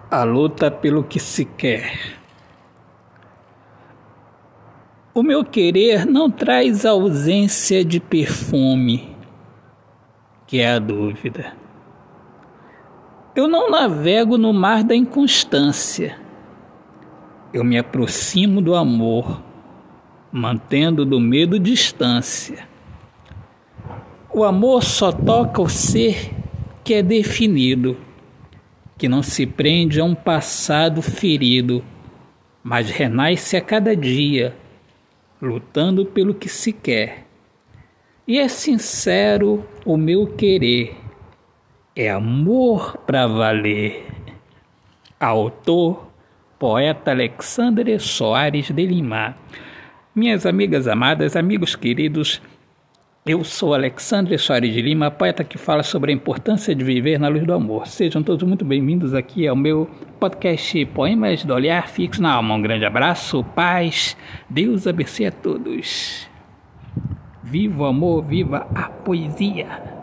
A luta pelo que se quer. O meu querer não traz ausência de perfume, que é a dúvida. Eu não navego no mar da inconstância. Eu me aproximo do amor, mantendo do medo distância. O amor só toca o ser que é definido, que não se prende a um passado ferido, mas renasce a cada dia, lutando pelo que se quer. E é sincero o meu querer, é amor pra valer. Autor, poeta Alexandre Soares de Lima. Minhas amigas amadas, amigos queridos, eu sou Alexandre Soares de Lima, poeta que fala sobre a importância de viver na luz do amor. Sejam todos muito bem-vindos aqui ao meu podcast Poemas do Olhar Fixo na Alma. Um grande abraço, paz, Deus abençoe a todos. Viva o amor, viva a poesia!